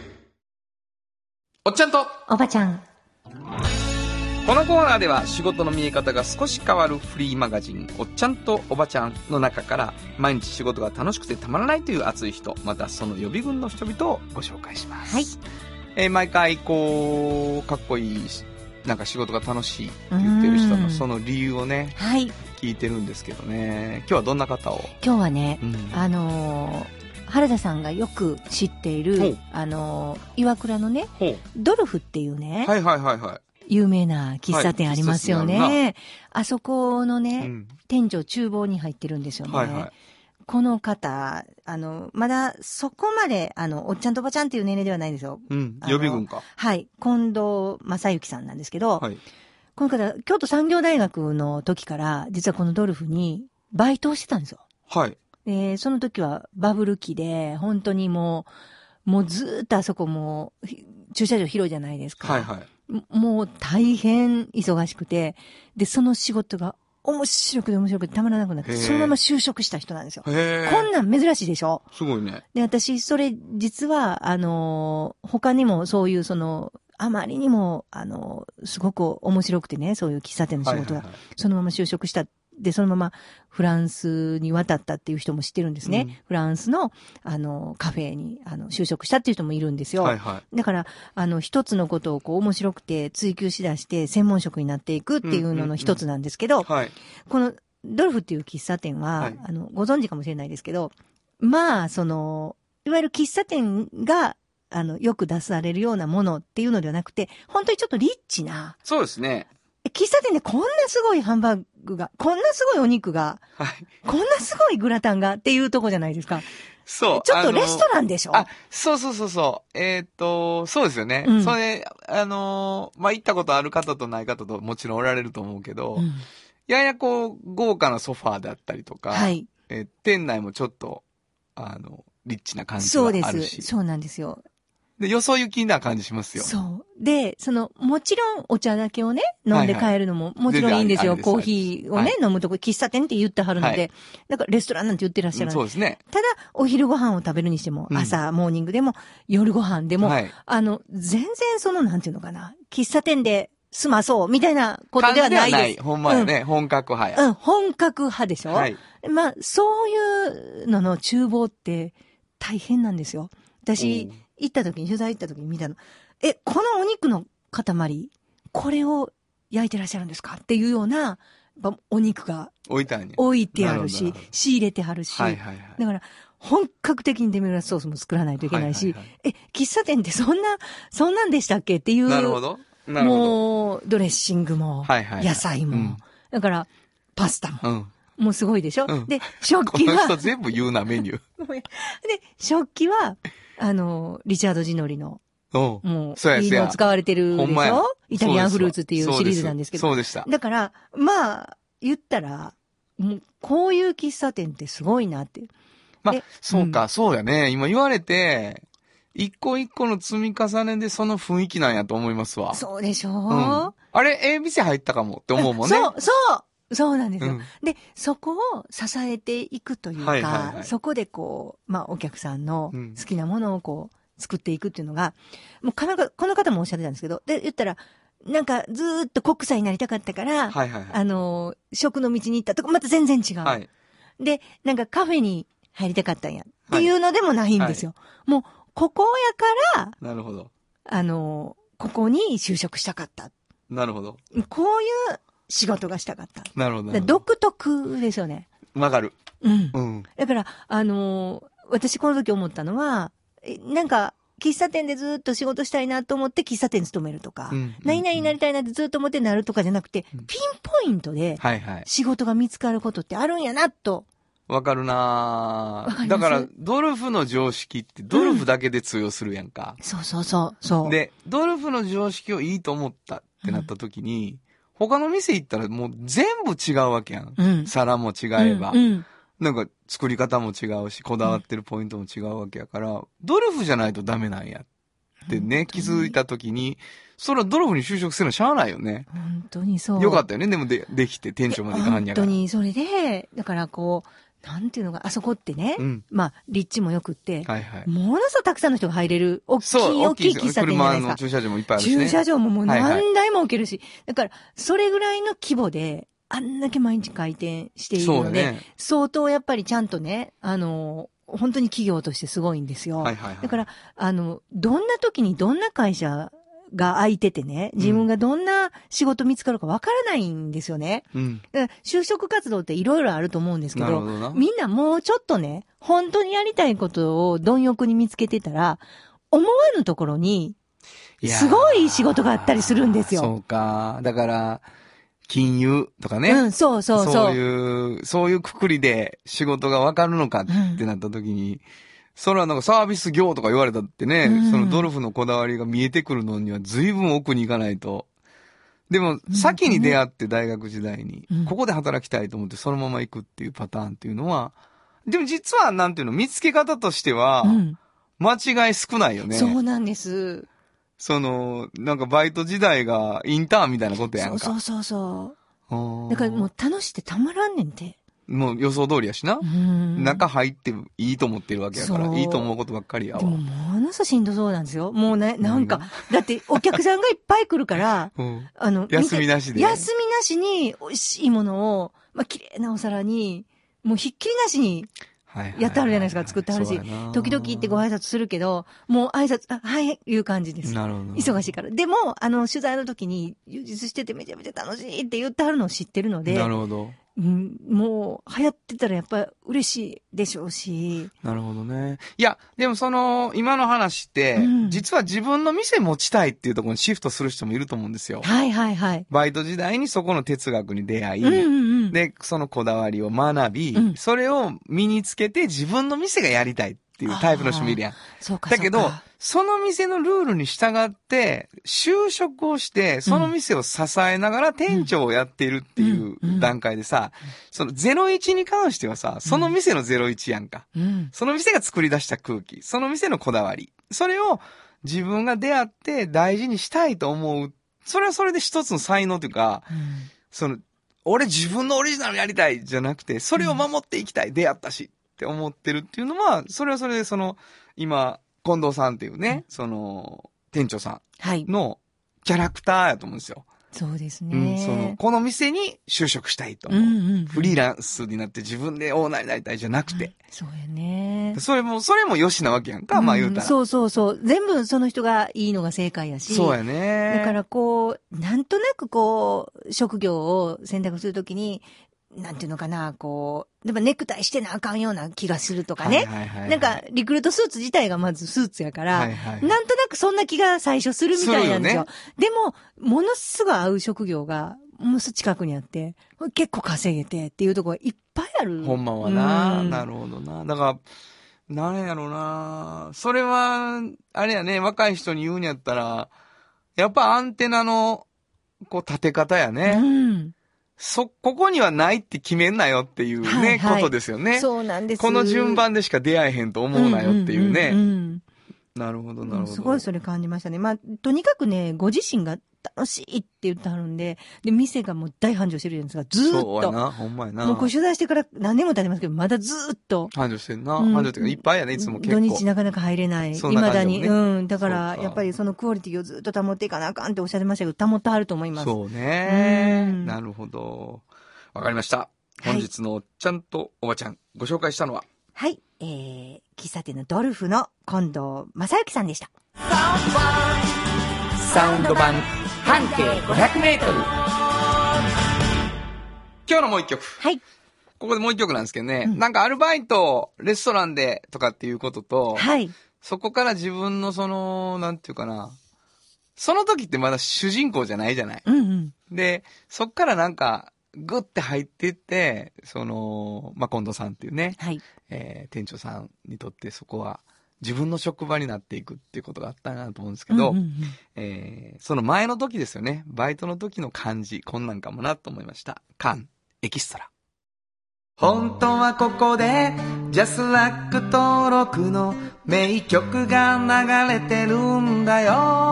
おっちゃんとおばちゃんこのコーナーでは仕事の見え方が少し変わるフリーマガジンおっちゃんとおばちゃんの中から毎日仕事が楽しくてたまらないという熱い人またその予備軍の人々をご紹介します、はい毎回かっこいいなんか仕事が楽しいって言ってる人のその理由をね、聞いてるんですけどね今日はどんな方を今日はね、原田さんがよく知っている岩倉のねドルフっていうね有名な喫茶店ありますよね。あそこのね、店長厨房に入ってるんですよね。この方、まだそこまで、おっちゃんとおばちゃんっていう年齢ではないんですよ。 予備軍か。 はい。近藤正幸さんなんですけど、この方、京都産業大学の時から、実はこのドルフにバイトをしてたんですよ。その時はバブル期で、本当にもうずーっとあそこも駐車場広いじゃないですか。もう大変忙しくて、で、その仕事が面白くてたまらなくなって、そのまま就職した人なんですよ。こんなん珍しいでしょ？ すごいね。 で、私、それ、実は、他にもそういうあまりにも、すごく面白くてね、そういう喫茶店の仕事が、そのまま就職したで、そのままフランスに渡ったっていう人も知ってるんですね。 うん、 フランスの、カフェに、就職したっていう人もいるんですよ。 はいはい。 だから、一つのことをこう面白くて追求しだして専門職になっていくっていうのの一つなんですけど、 はい。 このドルフっていう喫茶店は、はい、ご存知かもしれないですけど、まあ、いわゆる喫茶店が、よく出されるようなものっていうのではなくて、本当にちょっとリッチな。 そうですね。 喫茶店でこんなすごいハンバーグが、こんなすごいお肉が、はい、こんなすごいグラタンがっていうとこじゃないですか。 そう。 ちょっとレストランでしょ？ そう。そうですよね。うん、それ、まあ、行ったことある方とない方ともちろんおられると思うけど、うん、ややこう、豪華なソファーだったりとか、はい。店内もちょっと、リッチな感じがあるし。 そうです。そうなんですよ。 で、よそ行きな感じしますよ。 そう。で、もちろんお茶だけをね、飲んで帰るのももちろんいいんですよ。コーヒーをね、飲むとこ、喫茶店って言ってはるので、だからレストランなんて言ってらっしゃるので、 そうですね。 ただ、お昼ご飯を食べるにしても、朝、モーニングでも、夜ご飯でも、全然なんていうのかな、喫茶店で済まそう、みたいなことではないです。 ほんまやね、本格派や。 本格派でしょ？はい。まあ、そういうのの厨房って大変なんですよ。私、取材行った時に見たの。このお肉の塊、これを焼いてらっしゃるんですかっていうような、お肉が置いてあるし、仕入れてあるし。はいはいはい。だから、本格的にデミグラスソースも作らないといけないし、喫茶店ってそんなんでしたっけっていう。 なるほど。 もう、ドレッシングも、野菜も。だから、パスタも。もうすごいでしょ？で、食器は。 この人全部言うな、メニュー。 で、食器は、リチャード・ジノリの、もう、いいの使われてるでしょ？イタリアンフルーツっていうシリーズなんですけど。 そうでした。 だから、まあ、言ったら、もう、こういう喫茶店ってすごいなって。 まあ、そうか、そうやね。今言われて、一個一個の積み重ねでその雰囲気なんやと思いますわ。 そうでしょ？ あれ、店入ったかもって思うもんね。 そうなんですよ。で、そこを支えていくというか、そこでこう、まあ、お客さんの好きなものをこう、作っていくっていうのが、もうこの方もおっしゃってたんですけど、で、言ったら、なんかずーっとコックさんになりたかったから、食の道に行ったとこ、また全然違う。はい、で、なんかカフェに入りたかったんや。っていうのでもないんですよ。もう、ここやから、 なるほど。 ここに就職したかった。 なるほど。 こういう仕事がしたかった。 なるほど。 独特ですよね。 わかる。 だから、私この時思ったのは、なんか、喫茶店でずっと仕事したいなと思って喫茶店に勤めるとか、何々になりたいなってずっと思ってなるとかじゃなくて、ピンポイントで仕事が見つかることってあるんやなと。 わかるなぁ。だから、ドルフの常識ってドルフだけで通用するやんか。 そう。 で、ドルフの常識をいいと思ったってなった時に、他の店行ったらもう全部違うわけやん。皿も違えば。なんか作り方も違うし、こだわってるポイントも違うわけやから、ドルフじゃないとダメなんやってね、気づいた時に、それはドルフに就職するのしゃあないよね。 本当にそう。 よかったよね。でもできて店長まで行かはんやから。 本当に、それで、だからこう、なんていうのが、あそこってね、まあ、立地もよくって、ものすごくたくさんの人が入れる、大きい喫茶店じゃないですか。 車の駐車場もいっぱいあるしね。 駐車場ももう何台も置けるし、だから、それぐらいの規模で、あんだけ毎日開店しているので、相当やっぱりちゃんとね、本当に企業としてすごいんですよ。だから、どんな時にどんな会社が空いててね、自分がどんな仕事見つかるかわからないんですよね。だから就職活動っていろいろあると思うんですけど、みんなもうちょっとね、本当にやりたいことを貪欲に見つけてたら、思わぬところに、すごい仕事があったりするんですよ。 そうか。だから、金融とかね。そういうくくりで仕事がわかるのかってなった時に、それはなんかサービス業とか言われたってね、そのドルフのこだわりが見えてくるのには随分奥に行かないと。でも、先に出会って大学時代に、ここで働きたいと思ってそのまま行くっていうパターンっていうのは、でも実はなんていうの、見つけ方としては、間違い少ないよね。 そうなんです。 なんかバイト時代がインターンみたいなことやんか。 そう。だからもう楽しくてたまらんねんて。 もう予想通りやしな。中入っていいと思ってるわけやから、いいと思うことばっかりやわ。 でもものすごいしんどそうなんですよ。もうね、なんか、だってお客さんがいっぱい来るから、 休みなしで。 休みなしに美味しいものをまあ、綺麗なお皿に、もうひっきりなしに、やってはるじゃないですか、作ってはるし。時々行ってご挨拶するけど、もう挨拶、はい、いう感じです。 なるほど。 忙しいから。でも、取材の時に、充実しててめちゃめちゃ楽しいって言ってはるのを知ってるので。 なるほど。 もう、流行ってたらやっぱ嬉しいでしょうし。 なるほどね。いや、でも今の話って、実は自分の店持ちたいっていうところにシフトする人もいると思うんですよ。 はいはいはい。 バイト時代にそこの哲学に出会い、で、そのこだわりを学び、それを身につけて自分の店がやりたいっていうタイプの人もいるやん。 そうか。 だけど、その店のルールに従って、就職をして、その店を支えながら店長をやっているっていう段階でさ、その01に関してはさ、その店の01やんか。その店が作り出した空気、その店のこだわり。それを自分が出会って大事にしたいと思う。それはそれで一つの才能というか、俺自分のオリジナルやりたいじゃなくて、それを守っていきたい、出会ったしって思ってるっていうのは、それはそれで今、近藤さんっていうね、店長さんのキャラクターやと思うんですよ。 そうですね。 この店に就職したいと思う。フリーランスになって自分でオーナーになりたいじゃなくて。 そうやね。 それも良しなわけやんか、まあ言うたら。 そうそうそう。全部その人がいいのが正解やし。 そうやね。 だからなんとなく職業を選択するときに、なんていうのかな、でもネクタイしてなあかんような気がするとかね。なんか、リクルートスーツ自体がまずスーツやから、なんとなくそんな気が最初するみたいなんですよ。でも、ものすごい合う職業が、ものすごい近くにあって、結構稼げてっていうところがいっぱいある。 ほんまはな。なるほどな。だから、なんやろうな。それは、あれやね、若い人に言うんやったら、やっぱアンテナの、立て方やね。ここにはないって決めんなよっていうね、ことですよね。 そうなんです。 この順番でしか出会えへんと思うなよっていうね。なるほど、なるほど。 すごいそれ感じましたね。まあ、とにかくね、ご自身が楽しいって言ってはるんで、店がもう大繁盛してるじゃないですか、ずーっと。 そうやな、ほんまやな。 もう取材してから何年も経ってますけど、まだずーっと。 繁盛してんな。繁盛っていうか、いっぱいやね、いつも結構。 土日なかなか入れない。未だに。だから、やっぱりそのクオリティをずっと保っていかなあかんっておっしゃってましたけど、保ってはると思います。 そうね。なるほど。わかりました。本日のおっちゃんとおばちゃん、ご紹介したのは、 はい、喫茶店のドルフの近藤正幸さんでした。 サウンド版半径500メートル。今日のもう一曲。 はい。 ここでもう一曲なんですけどね、なんかアルバイト、レストランでとかっていうことと、 はい。 そこから自分のなんていうかな、その時ってまだ主人公じゃないじゃない。で、そっからなんか、グッて入っていって、近藤さんっていうね、店長さんにとってそこは自分の職場になっていくっていうことがあったなと思うんですけど、その前の時ですよね、バイトの時の感じ、こんなんかもなと思いました。カン、エキストラ。本当はここで、ジャスラック登録の名曲が流れてるんだ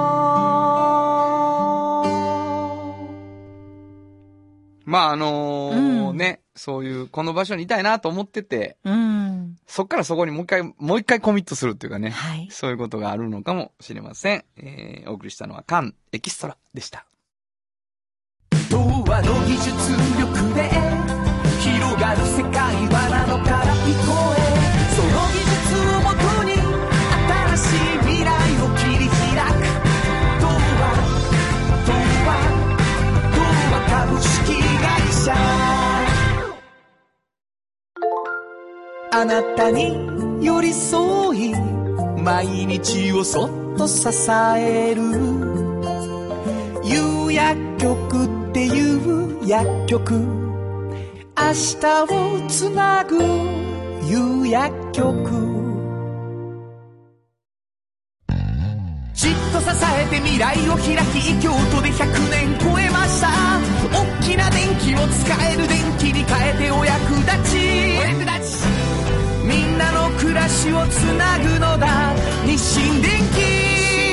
よ。まあね、そういうこの場所にいたいなと思ってて、そっからそこにもう一回コミットするっていうかね、そういうことがあるのかもしれません。お送りしたのはカンエキストラでした。 童話の技術力で広がる世界はなのから聞こえ、その技術をもとに新しい未来を切り開く。童話株式会社、あなたに寄り添い毎日をそっと支える有薬局っていう薬局、明日をつなぐ有薬局、じっと支えて未来を開き、京都で100年超えました。大きな電気を使える電気に変えてお役立ち、みんなの暮らしをつなぐのだ、日清電気。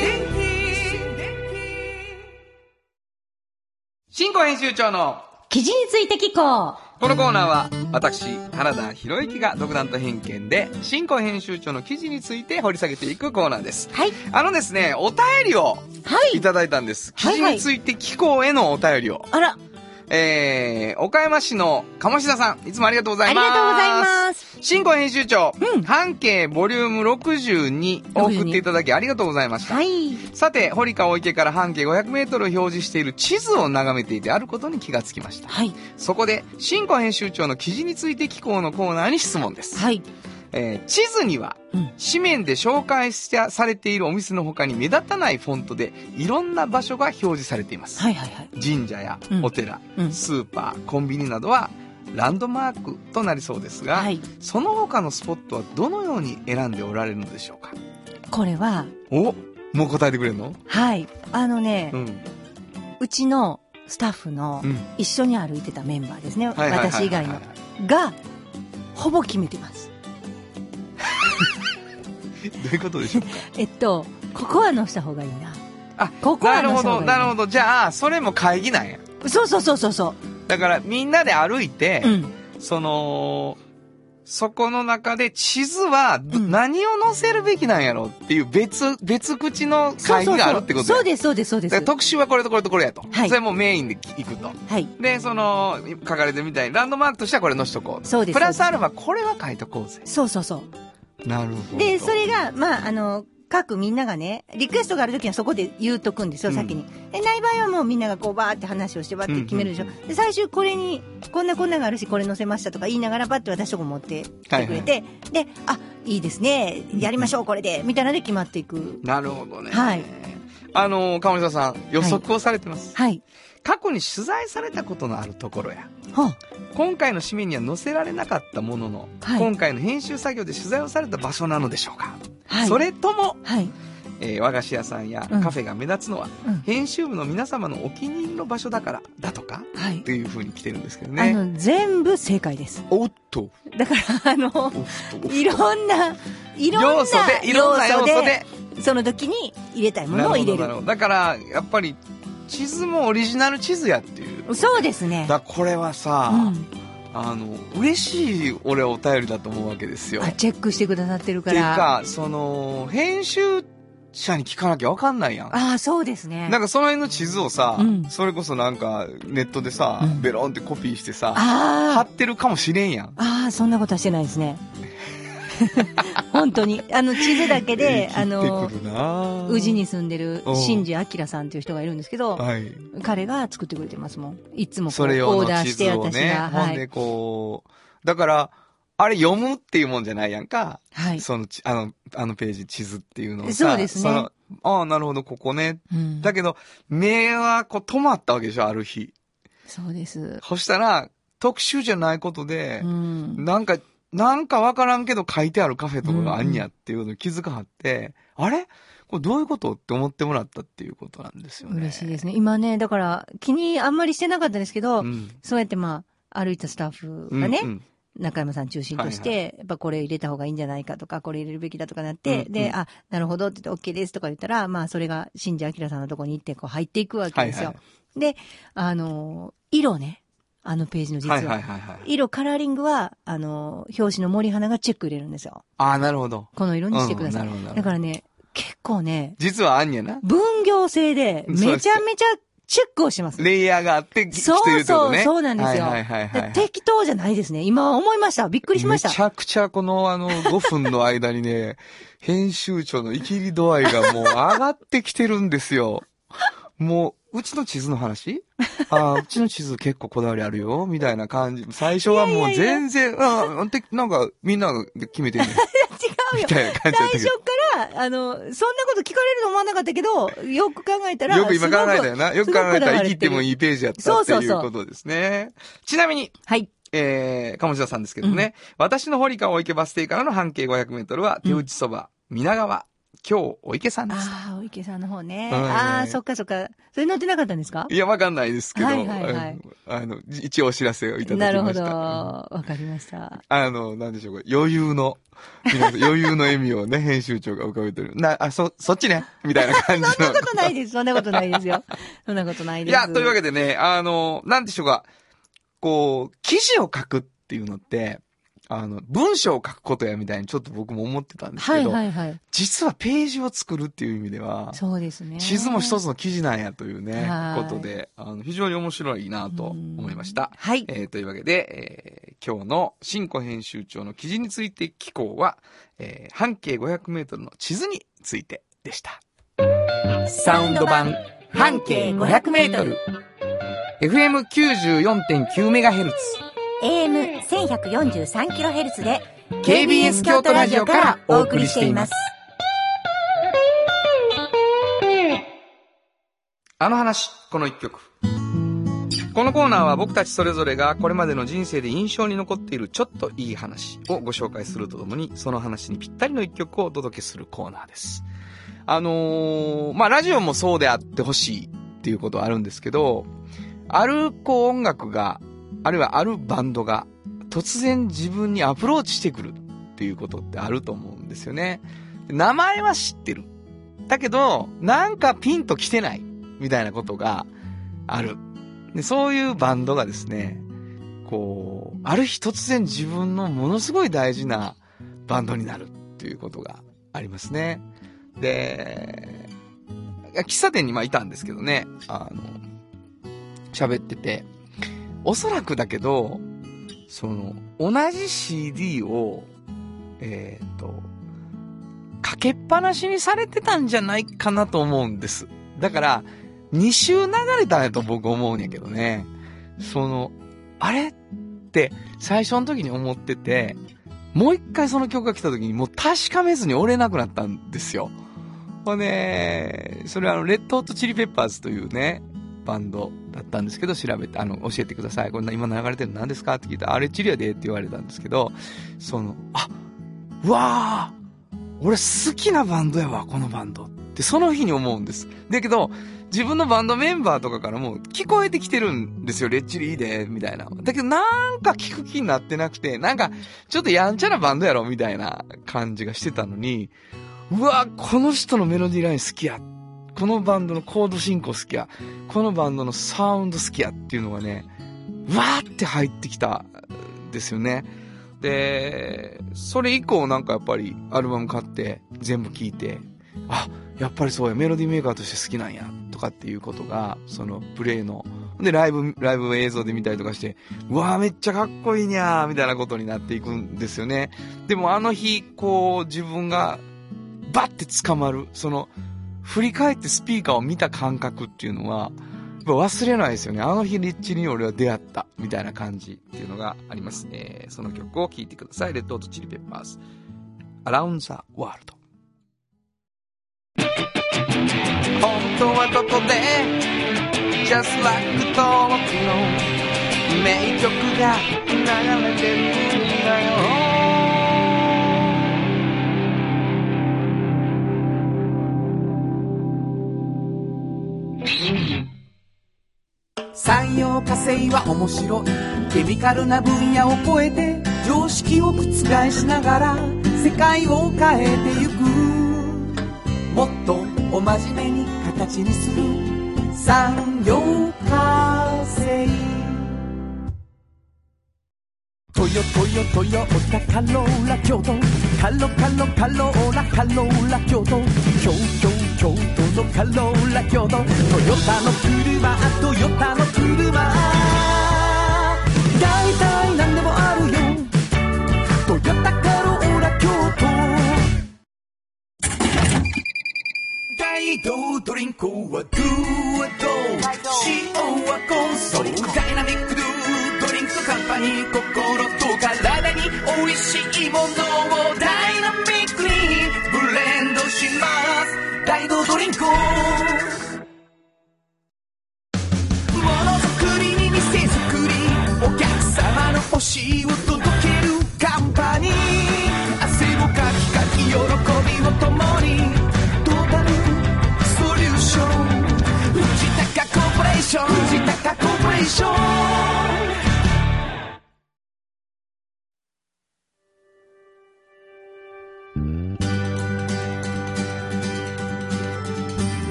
新庫編集長の記事について聞こう。 このコーナーは私原田博之が独断と偏見で新庫編集長の記事について掘り下げていくコーナーです。 はい。 ですね、お便りをいただいたんです。記事について聞こうへのお便りを。 あら。 岡山市の鴨志田さん、いつもありがとうございます。 ありがとうございます。 新庫編集長、半径ボリューム62を送っていただきありがとうございました。 はい。 さて、堀川池から半径500メートルを表示している地図を眺めていてあることに気がつきました。 はい。 そこで、新庫編集長の記事について聞こうのコーナーに質問です。 はい。 地図には、紙面で紹介されているお店の他に目立たないフォントでいろんな場所が表示されています。 はいはいはい。 神社やお寺、スーパー、コンビニなどはランドマークとなりそうですが、はい、その他のスポットはどのように選んでおられるのでしょうか。 これは、 もう答えてくれるの？ はい。うちのスタッフの一緒に歩いてたメンバーですね。私以外の。が、ほぼ決めてます。 どういうことでしょうか。 ココアのした方がいいな。 あ、ココアのした方がいいな。なるほど。じゃあ、それも会議なんや。 そうそうそうそう。 だから、みんなで歩いて、そこの中で地図は、何を載せるべきなんやろっていう別口の会議があるってことだ。 そうです、そうです、そうです。 特集はこれとこれとこれやと。 はい。 それもメインで行くと。 はい。 で、書かれてるみたいに、ランドマークとしてはこれ載しとこう。 そうです。 プラスアルファ、これは書いとこうぜ。 そうそうそう。 なるほど。 で、それが、各みんながね、リクエストがあるときはそこで言うとくんですよ、先に。ない場合はもうみんながこうバーって話をしてバーって決めるでしょ。で、最終これに、こんながあるし、これ載せましたとか言いながらバーって私とこ持ってきてくれて、で、いいですね、やりましょう、これで、みたいなので決まっていく。 なるほどね。 はい。 鴨下さん、予測をされてます。 はい。 過去に取材されたことのあるところや。今回の紙面には載せられなかったものの、今回の編集作業で取材をされた場所なのでしょうか。それとも、和菓子屋さんやカフェが目立つのは、編集部の皆様のお気に入りの場所だからだとか、というふうに来てるんですけどね。 全部正解です。 おっと。 だからいろんな要素でその時に入れたいものを入れる。 だからやっぱり地図もオリジナル地図やっていう。 そうですね。 これはさ、嬉しい俺お便りだと思うわけですよ。 チェックしてくださってるから。 っていうか、編集者に聞かなきゃわかんないやん。 そうですね。 その辺の地図をさ、それこそネットでさ、ベロンってコピーしてさ、貼ってるかもしれんやん。 そんなことはしてないですね。本当に。地図だけで、宇治に住んでる新次明さんという人がいるんですけど、彼が作ってくれてますもん。いつもオーダーして私が。 ほんでだから、あれ読むっていうもんじゃないやんか。 はい。 ページ、地図っていうのをさ。 そうですね。 なるほど、ここね。だけど、目は止まったわけでしょ、ある日。 そうです。 そしたら、特集じゃないことで、なんかわからんけど書いてあるカフェとかがあんやっていうのに気づかはって、あれこれどういうことって思ってもらったっていうことなんですよね。 嬉しいですね。今ね、だから気にあんまりしてなかったんですけど、そうやって歩いたスタッフがね、中山さん中心として、やっぱこれ入れた方がいいんじゃないかとか、これ入れるべきだとかなって、で、なるほどって言って OK ですとか言ったら、それが新次明さんのところに行って入っていくわけですよ。で、色ね。ページの実は。色、カラーリングは、表紙の森花がチェック入れるんですよ。 なるほど。 この色にしてください。だからね、結構ね。 実はあんやな。 分業制で、めちゃめちゃチェックをします。 レイヤーがあって、そうなんですよ。適当じゃないですね。今思いました。びっくりしました。 めちゃくちゃこの5分の間にね、編集長の生きり度合いがもう上がってきてるんですよ。もう、うちの地図の話うちの地図結構こだわりあるよ、みたいな感じ。最初はもう全然、みんなが決めてんねん。 違うよ。 みたいな感じだったけど。 最初から、そんなこと聞かれると思わなかったけど、よく考えたら。 よく今考えたよな。よく考えたら生きてもいいページやったっていうことですね。ちなみに。 はい。 鴨志田さんですけどね。私の堀川大池バス停からの半径500メートルは、手打ちそば、皆川。今日、お池さんです。 お池さんの方ね。そっかそっか。それ載ってなかったんですか？ いや、わかんないですけど。一応お知らせをいただきました。 なるほど。わかりました。 なんでしょう、これ、余裕の笑みをね、編集長が浮かべてる。そっちねみたいな感じの。 そんなことないです。そんなことないですよ。そんなことないです。 いや、というわけでね、なんでしょうか、記事を書くっていうのって、 文章を書くことやみたいにちょっと僕も思ってたんですけど、実はページを作るっていう意味では、 そうですね。 地図も一つの記事なんやというね、ことで、非常に面白いなと思いました。はい。というわけで、今日の新庫編集長の記事について聞こうは、半径500メートルの地図についてでした。 サウンド版半径500メートル。 FM94.9 メガヘルツ。 AM1143kHz で KBS 京都ラジオからお送りしています。 あの話、この一曲。このコーナーは僕たちそれぞれがこれまでの人生で印象に残っているちょっといい話をご紹介するとともに、その話にぴったりの一曲をお届けするコーナーです。ラジオもそうであってほしいっていうことはあるんですけど、ある音楽が、あるいはあるバンドが突然自分にアプローチしてくるっていうことってあると思うんですよね。名前は知ってる。だけど、なんかピンと来てないみたいなことがある。で、そういうバンドがですね、ある日突然自分のものすごい大事なバンドになるっていうことがありますね。で、喫茶店にいたんですけどね、喋ってて、おそらくだけど、同じ CD を、かけっぱなしにされてたんじゃないかなと思うんです。だから、2週流れたんやと僕思うんやけどね。あれって最初の時に思ってて、もう一回その曲が来た時にもう確かめずに折れなくなったんですよ。それはレッドホットチリペッパーズというね、バンドだったんですけど、調べて、教えてください。こんな今流れてるの何ですかって聞いたら、あれチリやでって言われたんですけど、うわー、俺好きなバンドやわ、このバンドってその日に思うんです。だけど、自分のバンドメンバーとかからも聞こえてきてるんですよ、レッチリいいで、みたいな。だけどなんか聞く気になってなくて、なんかちょっとやんちゃなバンドやろ、みたいな感じがしてたのに、うわ、この人のメロディーライン好きや。このバンドのコード進行好きや。このバンドのサウンド好きやっていうのがね、わーって入ってきたんですよね。で、それ以降なんかやっぱりアルバム買って全部聴いて、やっぱりそうや、メロディーメーカーとして好きなんや、とかっていうことが、プレイの、で、ライブ映像で見たりとかして、うわーめっちゃかっこいいにゃー、みたいなことになっていくんですよね。でもあの日、自分が、バッて捕まる、振り返ってスピーカーを見た感覚っていうのは、忘れないですよね。あの日リッチに俺は出会った、みたいな感じっていうのがありますね。その曲を聴いてください。レッドホットチリペッパーズ。Around the World。本当はどこで Just like 登録の名曲が流れてるんだよ。 産業化成は面白い。ケミカルな分野を超えて常識を覆しながら世界を変えてゆく。もっとお真面目に形にする産業化成。トヨタカローラ京都、カローラ京都、京都のカローラ京都、トヨタの車、だいたいなんでもあるよ、トヨタカローラ京都。大道ドリンクはドゥはドゥ、塩はコンソール、ダイナミックドゥドリンクカンパニー、心と体に美味しいものをダイナミックにブレンドします。大道ドリンク、ものづくりに店づくり、お客様の欲しいを届けるカンパニー、汗をかき喜びを共に、トータルソリューション、藤高コーポレーション。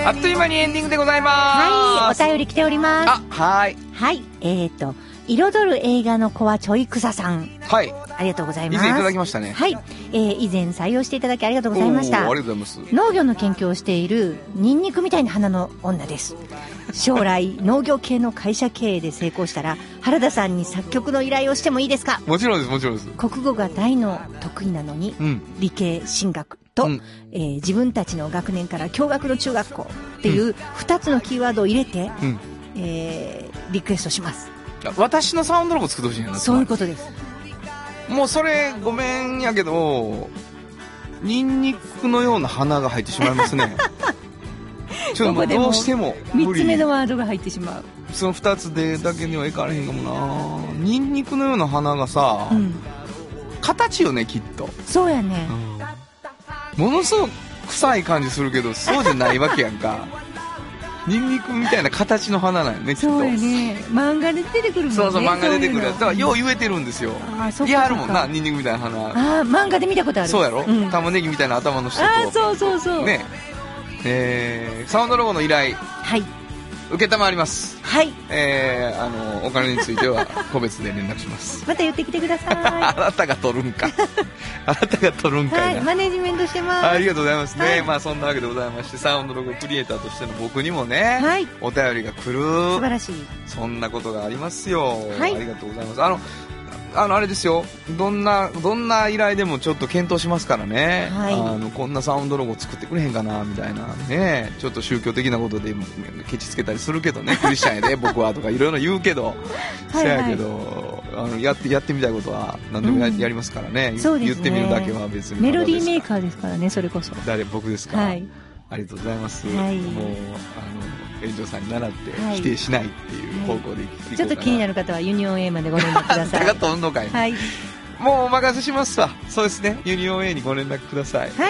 あっという間にエンディングでございます。 はい、お便り来ております。 はい。 はい、彩る映画の子はちょい草さん。 はい。 ありがとうございます。 以前いただきましたね。 はい。以前採用していただきありがとうございました。 ありがとうございます。 農業の研究をしているニンニクみたいな花の女です。将来農業系の会社経営で成功したら原田さんに作曲の依頼をしてもいいですか？ もちろんです、もちろんです。 国語が大の得意なのに、理系進学と、自分たちの学年から共学の中学校っていう2つのキーワードを入れて、リクエストします。 私のサウンドロゴ作ってほしいんやな。 そういうことです。 もうそれごめんやけどニンニクのような花が入ってしまいますね。ちょっとどうしても 3つ目のワードが入ってしまう。 その2つでだけにはいかれへんかもな。ニンニクのような花がさ、形よねきっと。 そうやね、 ものすごく臭い感じするけどそうじゃないわけやんか。ニンニクみたいな形の花なんよねきっと。 そうやね、漫画で出てくるもんね。 そうそう、漫画で出てくるやつだからよう言えてるんですよ。いやあるもんな、ニンニクみたいな花。 漫画で見たことある。そうやろ、玉ねぎみたいな頭の人と。そうね。サウンドロゴの依頼、受けたまわります。はい。お金については個別で連絡します。 また言ってきてください。 あなたが取るんか。あなたが取るんかいな。 はい、マネジメントしてます。 ありがとうございますね。まあそんなわけでございまして、サウンドロゴクリエイターとしての僕にもね、お便りが来る。 素晴らしい。 そんなことがありますよ。ありがとうございます。あれですよ、どんな依頼でもちょっと検討しますからね、こんなサウンドロゴ作ってくれへんかなみたいなね、ちょっと宗教的なことでケチつけたりするけどね、クリスチャンやで僕はとかいろいろ言うけど、せやけどやってみたいことは何でも やりますからね、言ってみるだけは別に。 メロディーメーカーですからね、それこそ。 僕ですか？はい、ありがとうございます。もう園長さんに習って否定しないっていう方向でいこうかな。 ちょっと気になる方はユニオン A までご連絡ください。 がとんのかい、もうお任せしますわ。そうですね、ユニオン A にご連絡ください。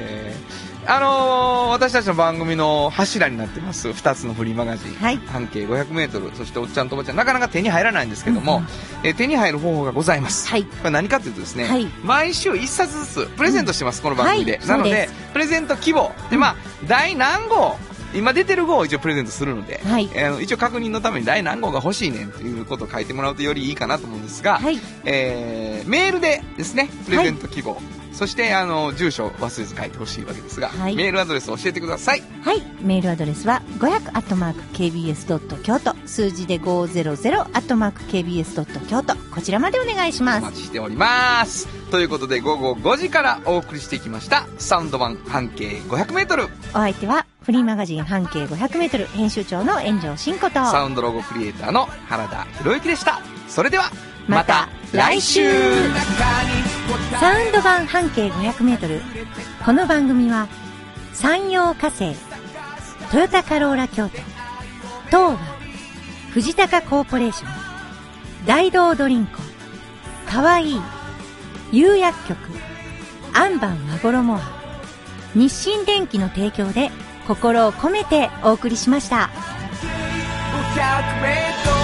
私たちの番組の柱になってます2つのフリーマガジン、半径 500m、 そしておっちゃんとおばちゃん、なかなか手に入らないんですけども、手に入る方法がございます。これ何かというとですね、毎週1冊ずつプレゼントしてます、この番組で。なのでプレゼント希望で、第何号、今出てる号を一応プレゼントするので、一応確認のために第何号が欲しいねんということを書いてもらうとよりいいかなと思うんですが、メールでですね、プレゼント希望、そして住所を忘れず書いてほしいわけですが、メールアドレスを教えてください。 メールアドレスは 500@kbs.kyoto、 数字で 500@kbs.kyoto、 こちらまでお願いします。 お待ちしております。ということで午後5時からお送りしていきましたサウンド版半径 500m。 お相手はフリーマガジン半径 500m 編集長の炎上真子とサウンドロゴクリエイターの原田博之でした。それではまた来週。 サウンド版半径 500m、 この番組は山陽火星、トヨタカローラ京都、東和、藤高コーポレーション、大道ドリンコ、かわいい、釉薬局、アンバン和衣は、日清電機の提供で心を込めてお送りしました。500メートル